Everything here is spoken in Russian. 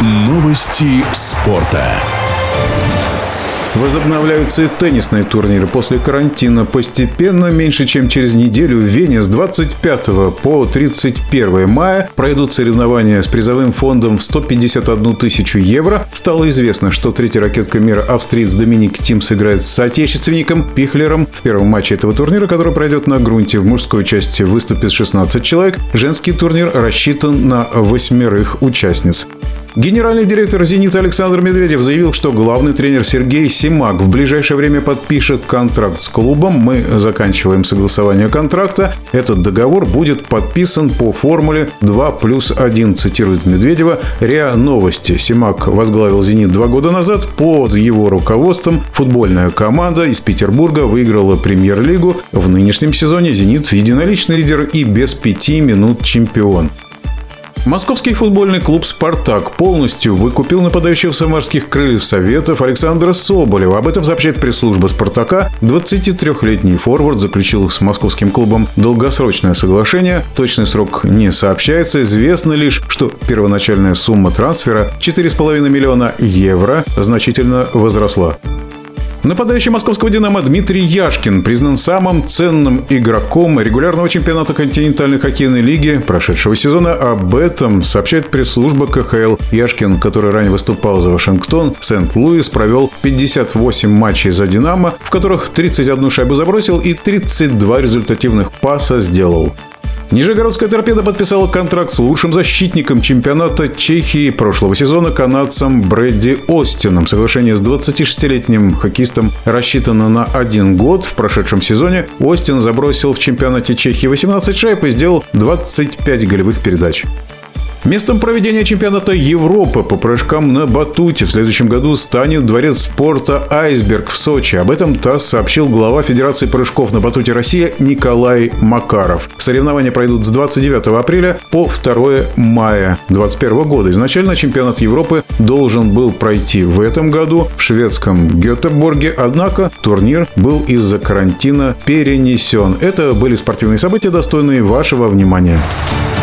Новости спорта. Возобновляются и теннисные турниры после карантина. Постепенно, меньше чем через неделю, в Вене с 25 по 31 мая пройдут соревнования с призовым фондом в 151 тысячу евро. Стало известно, что третья ракетка мира австриец Доминик Тим сыграет с соотечественником Пихлером в первом матче этого турнира, который пройдет на грунте. В мужской части выступит 16 человек. Женский турнир рассчитан на 8 участниц. Генеральный директор «Зенита» Александр Медведев заявил, что главный тренер Сергей Симак в ближайшее время подпишет контракт с клубом. Мы заканчиваем согласование контракта. Этот договор будет подписан по формуле 2+1, цитирует Медведева РИА Новости. Симак возглавил «Зенит» 2 года назад. Под его руководством футбольная команда из Петербурга выиграла премьер-лигу. В нынешнем сезоне «Зенит» единоличный лидер и без 5 минут чемпион. Московский футбольный клуб «Спартак» полностью выкупил нападающего самарских крыльев Советов Александра Соболева. Об этом сообщает пресс-служба «Спартака». 23-летний форвард заключил с московским клубом долгосрочное соглашение. Точный срок не сообщается. Известно лишь, что первоначальная сумма трансфера 4,5 миллиона евро значительно возросла. Нападающий московского «Динамо» Дмитрий Яшкин признан самым ценным игроком регулярного чемпионата континентальной хоккейной лиги прошедшего сезона. Об этом сообщает пресс-служба КХЛ. Яшкин, который ранее выступал за Вашингтон, Сент-Луис, провел 58 матчей за «Динамо», в которых 31 шайбу забросил и 32 результативных паса сделал. Нижегородская «Торпедо» подписала контракт с лучшим защитником чемпионата Чехии прошлого сезона канадцем Брэдди Остином. Соглашение с 26-летним хоккеистом рассчитано на 1 год. В прошедшем сезоне Остин забросил в чемпионате Чехии 18 шайб и сделал 25 голевых передач. Местом проведения чемпионата Европы по прыжкам на батуте в следующем году станет дворец спорта «Айсберг» в Сочи. Об этом ТАСС сообщил глава Федерации прыжков на батуте России Николай Макаров. Соревнования пройдут с 29 апреля по 2 мая 2021 года. Изначально чемпионат Европы должен был пройти в этом году в шведском Гетеборге, однако турнир был из-за карантина перенесен. Это были спортивные события, достойные вашего внимания.